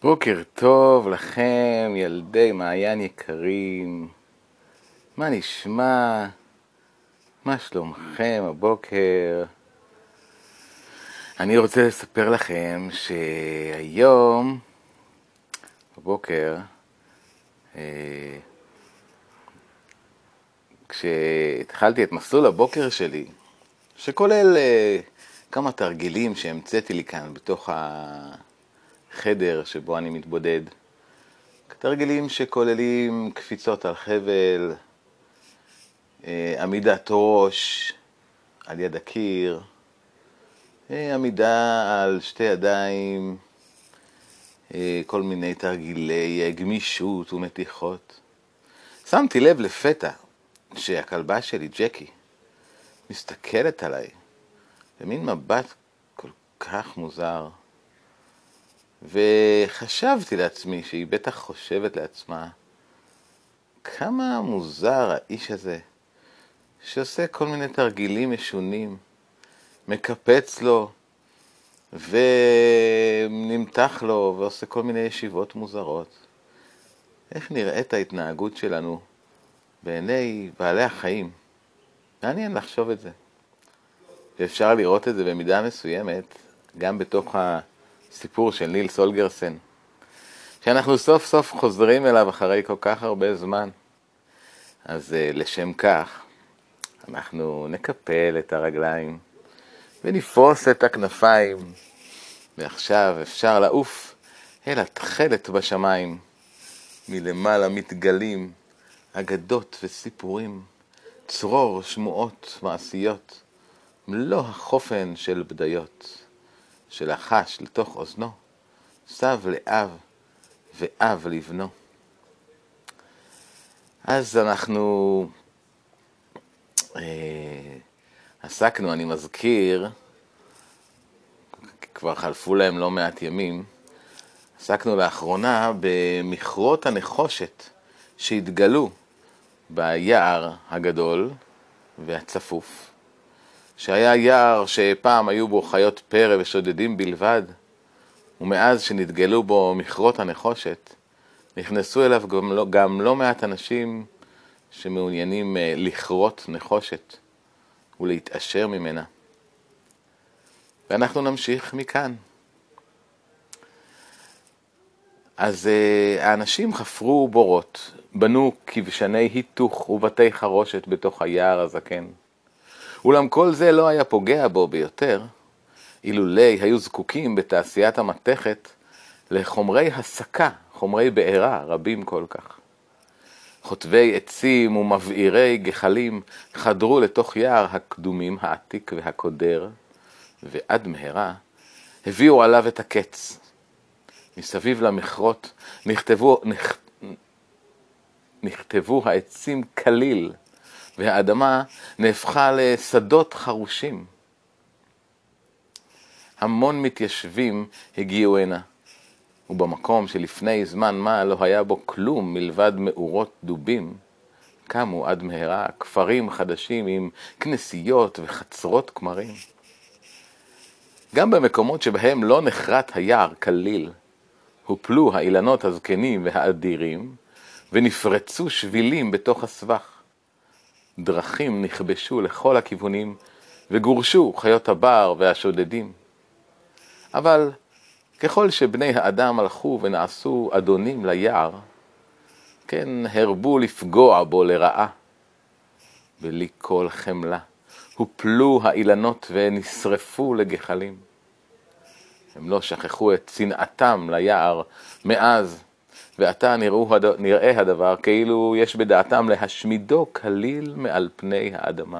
בוקר טוב לכם, ילדי מעיין יקרים. מה נשמע? מה שלומכם הבוקר? אני רוצה לספר לכם שהיום בבוקר, כשהתחלתי את מסלול הבוקר שלי, שכולל כמה תרגילים שהמצאתי לי כאן בתוך החדר שבו אני מתבודד, תרגילים שכוללים קפיצות על חבל, עמידת ראש על יד הקיר, עמידה על שתי ידיים, כל מיני תרגילי גמישות ומתיחות. שמתי לב לפתע שהכלבה שלי, ג'קי, מסתכלת עליי במין מבט כל כך מוזר, וחשבתי לעצמי שהיא בטח חושבת לעצמה, כמה מוזר האיש הזה, שעושה כל מיני תרגילים משונים, מקפץ לו ונמתח לו ועושה כל מיני ישיבות מוזרות. איך נראית ההתנהגות שלנו בעיני בעלי החיים? מעניין לחשוב את זה. ואפשר לראות את זה במידה מסוימת גם בתוך הסיפור של נילס הולגרסן, שאנחנו סוף סוף חוזרים אליו אחרי כל כך הרבה זמן. אז לשם כך אנחנו נקפל את הרגליים ונפרוס את הכנפיים, ועכשיו אפשר לעוף אל התכלת בשמיים. מלמעלה מתגלים אגדות וסיפורים, צרור שמועות מעשיות, מלוא החופן של בדיות, שלחש לתוך אוזנו, סב לאב ואב לבנו. אז אנחנו עסקנו, אני מזכיר, כבר חלפו להם לא מעט ימים, עסקנו לאחרונה במכרות הנחושת שהתגלו ביער הגדול והצפוף, שהיה יער שפעם היו בו חיות פרא ושודדים בלבד, ומאז שנתגלו בו מכרות הנחושת, נכנסו אליו גם לא מעט אנשים שמעוניינים לכרות נחושת ולהתעשר ממנה. ואנחנו נמשיך מכאן. אז האנשים חפרו בורות, בנו כבשני היתוך ובתי חרושת בתוך היער הזקן. אולם כל זה לא היה פוגע בו ביותר, אילולי היו זקוקים בתעשיית המתכת לחומרי הסקה, חומרי בעירה רבים כל כך. חוטבי עצים ומבעירי גחלים חדרו לתוך יער הקדומים העתיק והקודר, ועד מהרה הביאו עליו את הקץ. מסביב למכרות נכתבו העצים כליל, והאדמה נהפכה לשדות חרושים. המון מתיישבים הגיעו הנה, ובמקום שלפני זמן מה לא היה בו כלום מלבד מאורות דובים, קמו עד מהרה כפרים חדשים עם כנסיות וחצרות כמרים. גם במקומות שבהם לא נחרט היער כליל, הופלו האילנות הזקנים והאדירים, ונפרצו שבילים בתוך הסבך. דרכים נכבשו לכל הכיוונים, וגורשו חיות הבר והשודדים. אבל ככל שבני האדם הלכו ונעשו אדונים ליער, כן הרבו לפגוע בו לרעה. בלי כל חמלה, הופלו האילנות ונשרפו לגחלים. הם לא שכחו את צנעתם ליער מאז, ועתה נראה הדבר כאילו יש בדעתם להשמידו כליל מעל פני האדמה.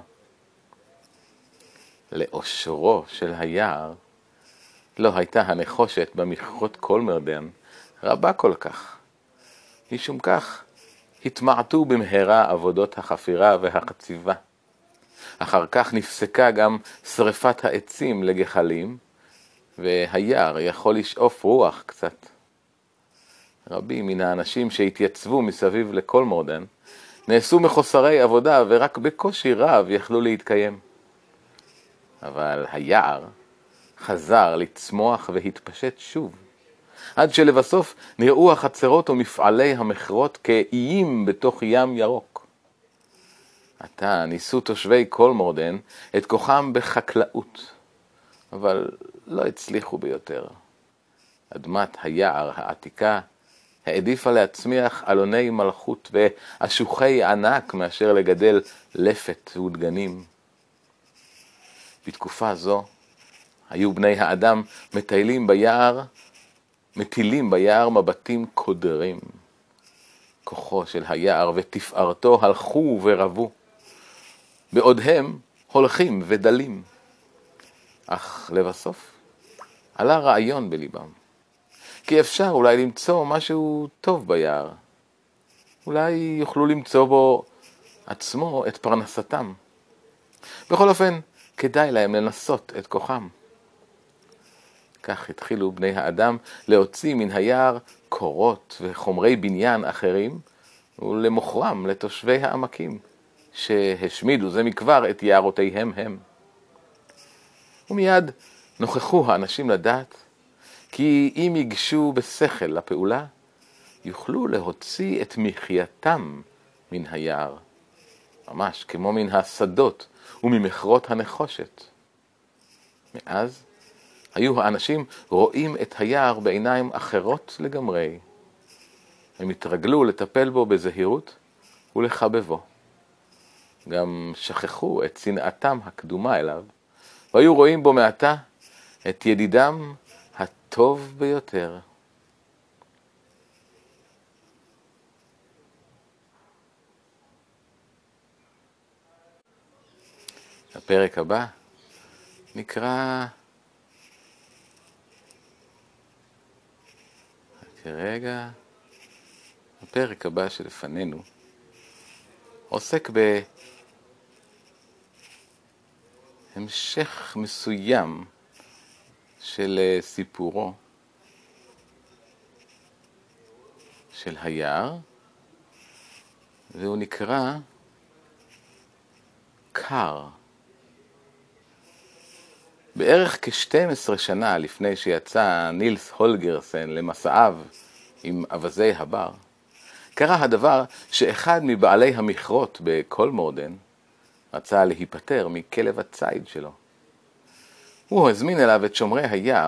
לאושרו של היער לא הייתה הנחושת במכרות קולמרדן רבה כל כך. משום כך התמעטו במהרה עבודות החפירה והחציבה. אחר כך נפסקה גם שריפת העצים לגחלים, והיער יכול לשאוף רוח קצת. רבים מן האנשים שהתייצבו מסביב לקולמרדן נעשו מחוסרי עבודה ורק בקושי רב יכלו להתקיים. אבל היער חזר לצמוח והתפשט שוב. עד שלבסוף נראו החצרות ומפעלי המכרות כאיים בתוך ים ירוק. עתה ניסו תושבי קולמורדן את כוחם בחקלאות, אבל לא הצליחו ביותר. אדמת היער העתיקה העדיפה להצמיח אלוני מלכות ואשוחי ענק מאשר לגדל לפת ודגנים. בתקופה זו היו בני האדם מטילים ביער מבטים קודרים. כוחו של היער ותפארתו הלכו ורבו, בעוד הם הולכים ודלים. אך לבסוף עלה רעיון בליבם, כי אפשר אולי למצוא משהו טוב ביער. אולי יוכלו למצוא בו עצמו את פרנסתם. בכל אופן, כדאי להם לנסות את כוחם. כך התחילו בני האדם להוציא מן היער קורות וחומרי בניין אחרים, ולמוכרם לתושבי העמקים, שהשמידו זה מכבר את יערותיהם הם. ומיד נוכחו האנשים לדעת, כי אם ייגשו בשכל לפעולה, יוכלו להוציא את מחייתם מן היער, ממש כמו מן השדות וממכרות הנחושת. מאז היו האנשים רואים את היער בעיניים אחרות לגמרי. הם התרגלו לטפל בו בזהירות ולחבבו. גם שכחו את שנאתם הקדומה אליו, והיו רואים בו מעתה את ידידם הטוב ביותר. הפרק הבא נקרא כרגע, הפרק הבא שלפנינו עוסק בהמשך מסוים של סיפורו של היער, והוא נקרא קר. בערך כ-12 שנה לפני שיצא נילס הולגרסן למסעיו עם אבזי הבר, קרה הדבר שאחד מבעלי המכרות בקולמורדן רצה להיפטר מכלב הציד שלו. הוא הזמין אליו את שומר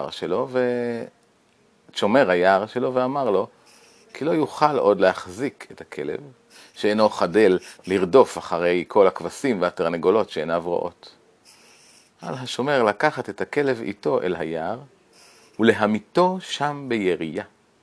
היער שלו ואמר לו כי לא יוכל עוד להחזיק את הכלב, שאינו חדל לרדוף אחרי כל הכבשים והתרנגולות שאיניו רואות. על השומר לקחת את הכלב איתו אל היער ולהמיתו שם בירייה.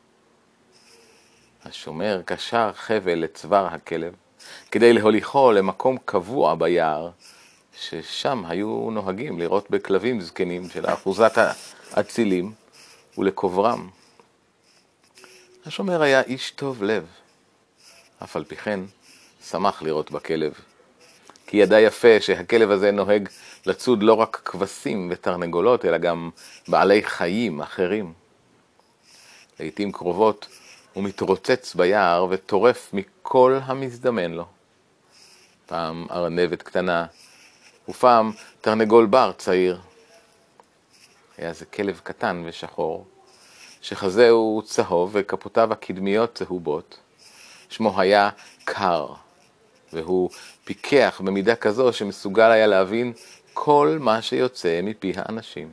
השומר קשר חבל לצוואר הכלב כדי להוליכו למקום קבוע ביער, ששם היו נוהגים לראות בכלבים זקנים של אחוזת האצילים ולקוברם. השומר היה איש טוב לב, אף על פי כן שמח לראות בכלב, כי ידע יפה שהכלב הזה נוהג לצוד לא רק כבשים ותרנגולות, אלא גם בעלי חיים אחרים. לעתים קרובות הוא מתרוצץ ביער וטורף מכל המזדמן לו. פעם ארנבת קטנה, ופעם תרנגול בר צעיר. היה זה כלב קטן ושחור, שחזהו צהוב וכפותיו הקדמיות צהובות. שמו היה קר, והוא פיקח במידה כזו שמסוגל היה להבין כל מה שיוצא מפי האנשים.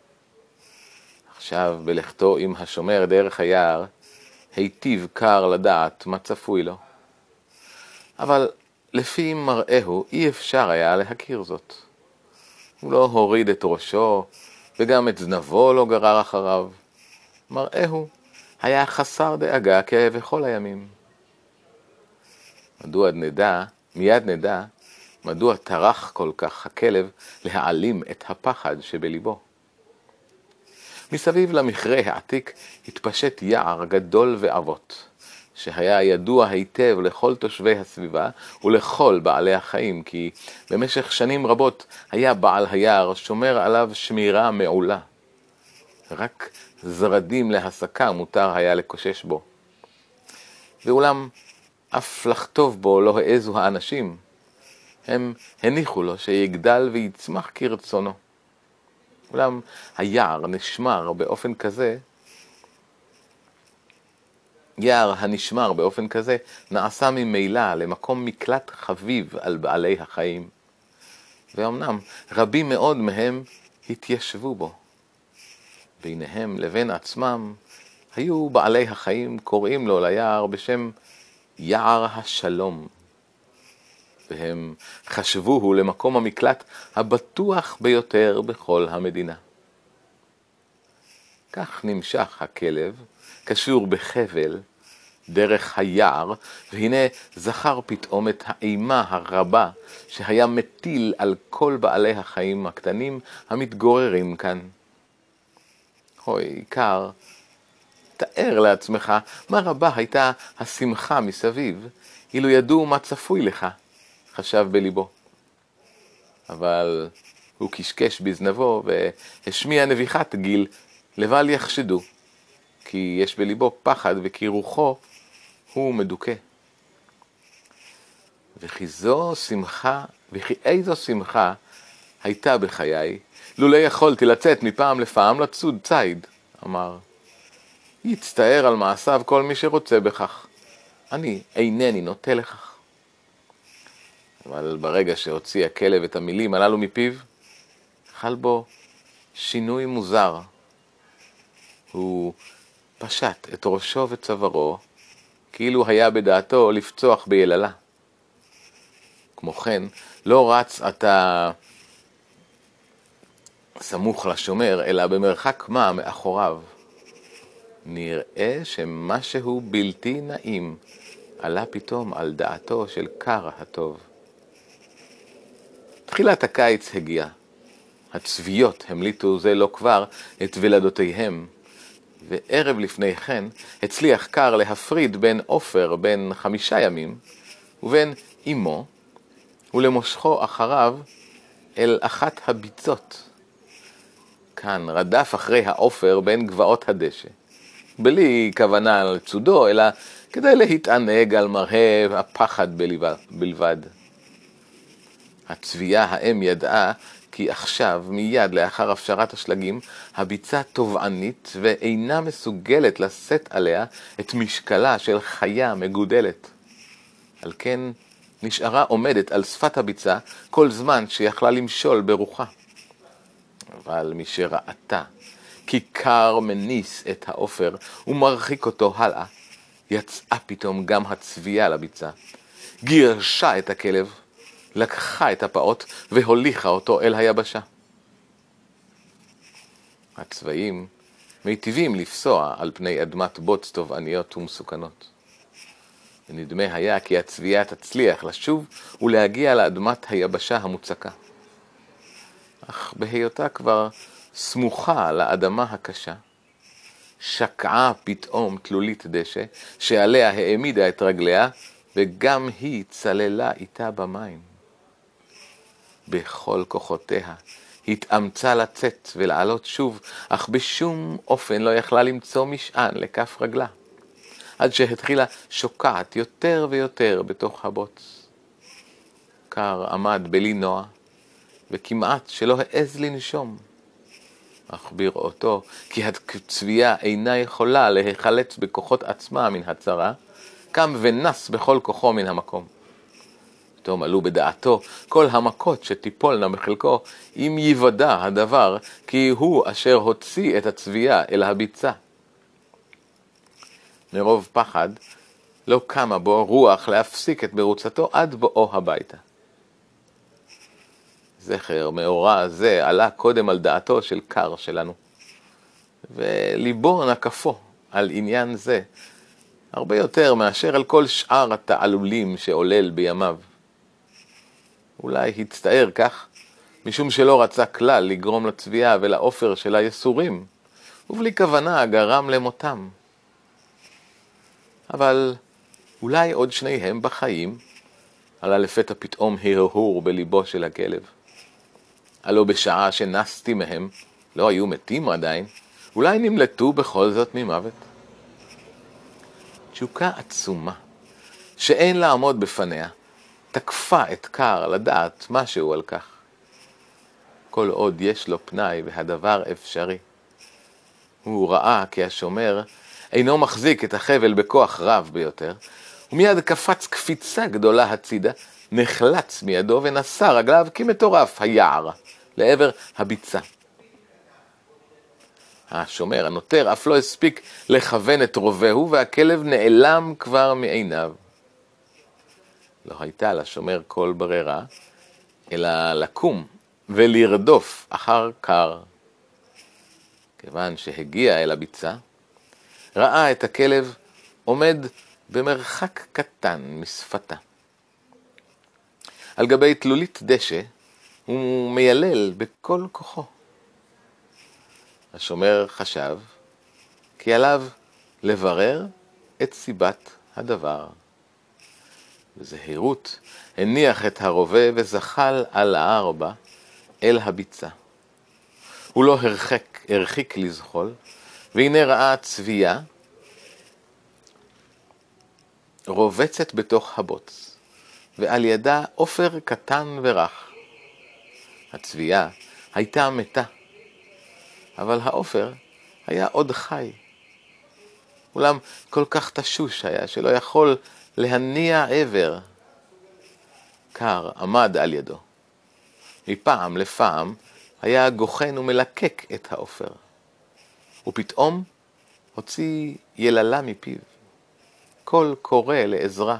עכשיו בלכתו עם השומר דרך היער, היטיב קר לדעת מה צפוי לו. אבל לפי מראהו אי אפשר היה להכיר זאת. הוא לא הוריד את ראשו, וגם את זנבו לא גרר אחריו. מראהו היה חסר דאגה כבכל הימים. מיד נדע, מדוע טרח כל כך הכלב להעלים את הפחד שבליבו. מסביב למכרה העתיק התפשט יער גדול ועבות, שהיה ידוע היטב לכל תושבי הסביבה ולכל בעלי החיים, כי במשך שנים רבות היה בעל היער שומר עליו שמירה מעולה. רק זרדים להסקה מותר היה לקושש בו. ואולם אף לחטוב בו לא העזו האנשים. הם הניחו לו שיגדל ויצמח כרצונו. אולם היער נשמר באופן כזה יער הנשמר באופן כזה נעשה ממילא למקום מקלט חביב על בעלי החיים. ואומנם רבים מאוד מהם התיישבו בו. ביניהם לבין עצמם היו בעלי החיים קוראים לו ליער בשם יער השלום. והם חשבוהו למקום המקלט הבטוח ביותר בכל המדינה. כך נמשך הכלב, קשור בחבל, דרך היער, והנה זכר פתאום את האימה הרבה שהיה מטיל על כל בעלי החיים הקטנים המתגוררים כאן. אוי, קר, תאר לעצמך מה רבה הייתה השמחה מסביב, אילו ידעו מה צפוי לך, חשב בליבו. אבל הוא קשקש בזנבו והשמיע נביחת גיל, לבל יחשדו, כי יש בליבו פחד וכי רוחו הוא מדוכא. וכי איזו שמחה הייתה בחיי, לולא יכולתי לצאת מפעם לפעם לצוד ציד, אמר. יצטער על מעשיו כל מי שרוצה בכך, אני אינני נוטה לכך. אבל ברגע שהוציא הכלב את המילים הללו מפיו, חל בו שינוי מוזר. הוא פשט את ראשו וצווארו, כאילו היה בדעתו לפצוח ביללה. כמו כן, לא רץ אתה סמוך לשומר, אלא במרחק מה מאחוריו. נראה שמשהו בלתי נעים עלה פתאום על דעתו של קר הטוב. תחילת הקיץ הגיעה. הצביות המליטו זה לא כבר את ולדותיהם, וערב לפני כן הצליח קר להפריד בין עופר בן 5 ימים ובין אמו, ולמושכו אחריו אל אחת הביצות. כאן רדף אחרי העופר בין גבעות הדשא, בלי כוונה לצודו, אלא כדי להתענג על מראה הפחד בלבד. הצבייה האם ידעה כי עכשיו, מיד לאחר הפשרת השלגים, הביצה תובענית ואינה מסוגלת לשאת עליה את משקלה של חיה מגודלת. על כן נשארה עומדת על שפת הביצה כל זמן שיכלה למשול ברוחה. אבל מי שראתה כי קר מניס את העופר ומרחיק אותו הלאה, יצאה פתאום גם הצבייה לביצה, גירשה את הכלב, לקחה את הפעות והוליכה אותו אל היבשה. הצבעים מיטיבים לפסוע על פני אדמת בוץ תובעניות ומסוכנות. ונדמה היה כי הצבייה תצליח לשוב ולהגיע לאדמת היבשה המוצקה. אך בהיותה כבר סמוכה לאדמה הקשה, שקעה פתאום תלולית דשא שעליה העמידה את רגליה, וגם היא צללה איתה במים. בכל כוחותיה התאמצה לצאת ולעלות שוב, אך בשום אופן לא יכלה למצוא משען לכף רגלה, עד שהתחילה שוקעת יותר ויותר בתוך הבוץ. קר עמד בלי נוע, וכמעט שלא העז לנשום. אך בראותו כי הצבייה אינה יכולה להיחלץ בכוחות עצמה מן הצרה, קם ונס בכל כוחו מן המקום. פתאום עלו בדעתו כל המכות שתיפולנה בחלקו, אם יוודע הדבר כי הוא אשר הוציא את הצבייה אל הביצה. מרוב פחד לא קמה בו רוח להפסיק את ברוצתו עד בואו הביתה. זכר מאורע זה עלה קודם על דעתו של קר שלנו, וליבו נקפו על עניין זה הרבה יותר מאשר על כל שאר התעלולים שעולל בימיו. אולי הצטער כך משום שלא רצה כלל לגרום לצבייה ולעופר של היסורים, ובלי כוונה גרם למותם. אבל אולי עוד שניהם בחיים, עלה לפתע פתאום הרהור בליבו של הכלב. הלא בשעה שנסתי מהם, לא היו מתים עדיין, אולי נמלטו בכל זאת ממוות. תשוקה עצומה, שאין לעמוד בפניה, תקפה את קר לדעת משהו על כך. כל עוד יש לו פנאי והדבר אפשרי. הוא ראה כי השומר אינו מחזיק את החבל בכוח רב ביותר, ומיד קפץ קפיצה גדולה הצידה, נחלץ מידו ונשא רגליו כמטורף היער לעבר הביצה. השומר הנותר אף לא הספיק לכוון את רובהו, והכלב נעלם כבר מעיניו. לא הייתה לשומר כל ברירה, אלא לקום ולרדוף אחר קר. כיוון שהגיע אל הביצה, ראה את הכלב עומד במרחק קטן משפתה. על גבי תלולית דשא הוא מיילל בכל כוחו. השומר חשב כי עליו לברר את סיבת הדבר. בזהירות הניח את הרובה וזחל על הארבע אל הביצה. הוא לא הרחיק לזחול, והנה ראה צבייה רובצת בתוך הבוץ, ועל ידה עופר קטן ורח. הצבייה הייתה מתה, אבל העופר היה עוד חי. אולם כל כך תשוש היה שלא יכול להניע עבר. קר עמד על ידו. מפעם לפעם היה גוחן ומלקק את העופר. ופתאום הוציא יללה מפיו. קול קורא לעזרה.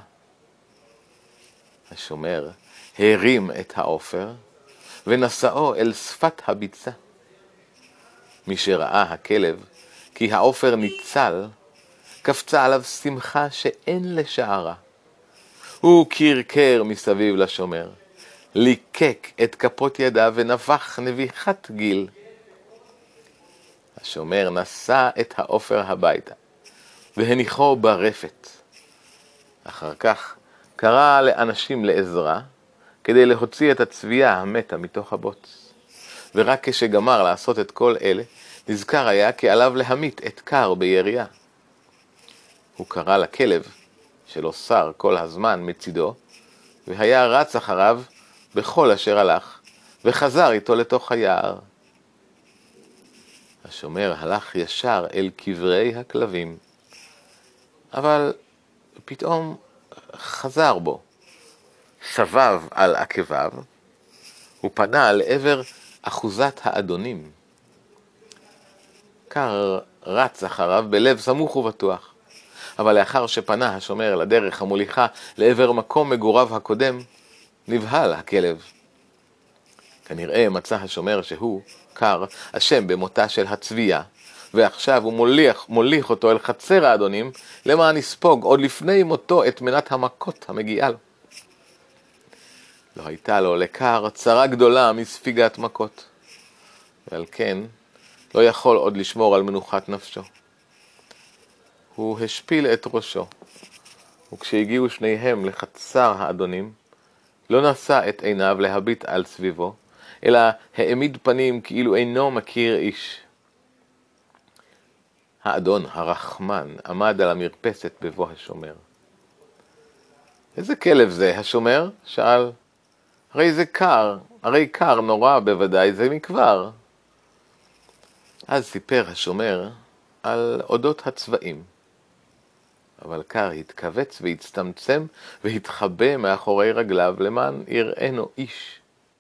השומר הרים את העופר ונשאו אל שפת הביצה. מי שראה הכלב כי העופר ניצל, קפצה עליו שמחה שאין לשערה. הוא קרקר מסביב לשומר, ליקק את כפות ידיו ונפח נביחת גיל. השומר נשא את העופר הביתה והניחו ברפת. אחר כך קרא לאנשים לעזרה כדי להוציא את הצבייה המתה מתוך הבוץ. ורק כשגמר לעשות את כל אלה, נזכר היה כי עליו להמית את קר בירייה. הוא קרא לכלב שלא שר כל הזמן מצידו, והיה רץ אחריו בכל אשר הלך, וחזר איתו לתוך היער. השומר הלך ישר אל קברי הכלבים, אבל פתאום חזר בו, סבב על עקביו, ופנה לעבר אחוזת האדונים. קר רץ אחריו בלב סמוך ובטוח, אבל לאחר שפנה השומר לדרך המוליכה לעבר מקום מגוריו הקודם, נבהל הכלב. כנראה מצא השומר שהוא, קר, אשם במותה של הצבייה, ועכשיו הוא מוליך אותו אל חצר האדונים, למען יספוג עוד לפני מותו את מנת המכות המגיעה לו. לא הייתה לו לקר צרה גדולה מספיגת מכות, ועל כן לא יכול עוד לשמור על מנוחת נפשו. הוא השפיל את ראשו, וכשהגיעו שניהם לחצר האדונים, לא נשא את עיניו להביט על סביבו, אלא העמיד פנים כאילו אינו מכיר איש. האדון הרחמן עמד על המרפסת בבוא השומר. איזה כלב זה, השומר? שאל. הרי קר נורא בוודאי זה מכבר. אז סיפר השומר על אודות הצבעים. אבל קר התכווץ והצטמצם והתחבא מאחורי רגליו למען יראינו איש.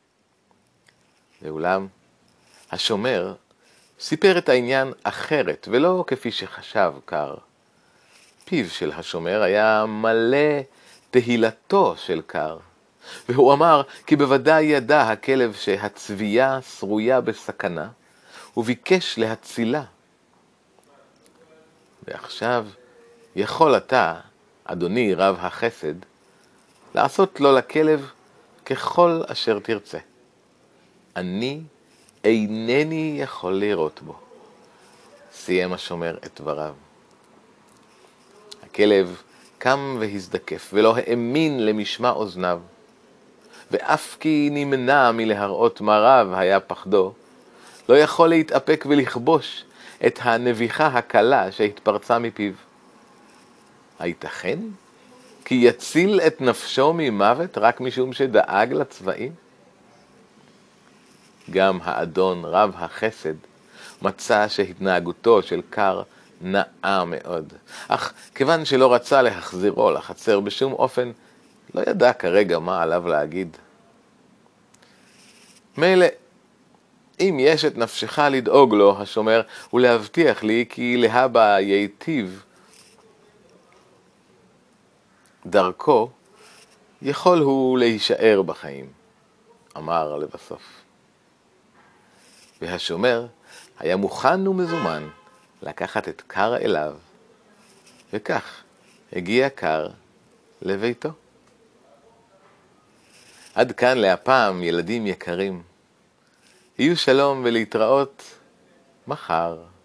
ואולם, השומר סיפר את העניין אחרת ולא כפי שחשב קר. פיו של השומר היה מלא תהילתו של קר, והוא אמר כי בוודאי ידע הכלב שהצבייה שרויה בסכנה, וביקש להצילה. ועכשיו יכול אתה, אדוני רב החסד, לעשות לו לכלב ככל אשר תרצה. אני אינני יכול לראות בו. סיים השומר את דבריו. הכלב קם והזדקף ולא האמין למשמע אוזניו, ואף כי נמנע מלהראות מה רב היה פחדו, לא יכול להתאפק ולכבוש את הנביחה הקלה שהתפרצה מפיו. הייתכן? כי יציל את נפשו ממוות רק משום שדאג לצבעים? גם האדון רב החסד מצא שהתנהגותו של קר נאה מאוד. אך כיוון שלא רצה להחזירו לחצר בשום אופן, לא ידע כרגע מה עליו להגיד. מילא, אם יש את נפשך לדאוג לו, השומר, ולהבטיח לי כי להבא ייטיב דרכו, יכול הוא להישאר בחיים, אמר לבסוף. והשומר היה מוכן ומזומן לקחת את קר אליו, וכך הגיע קר לביתו. עד כאן להפעם, ילדים יקרים. יהיו שלום ולהתראות מחר.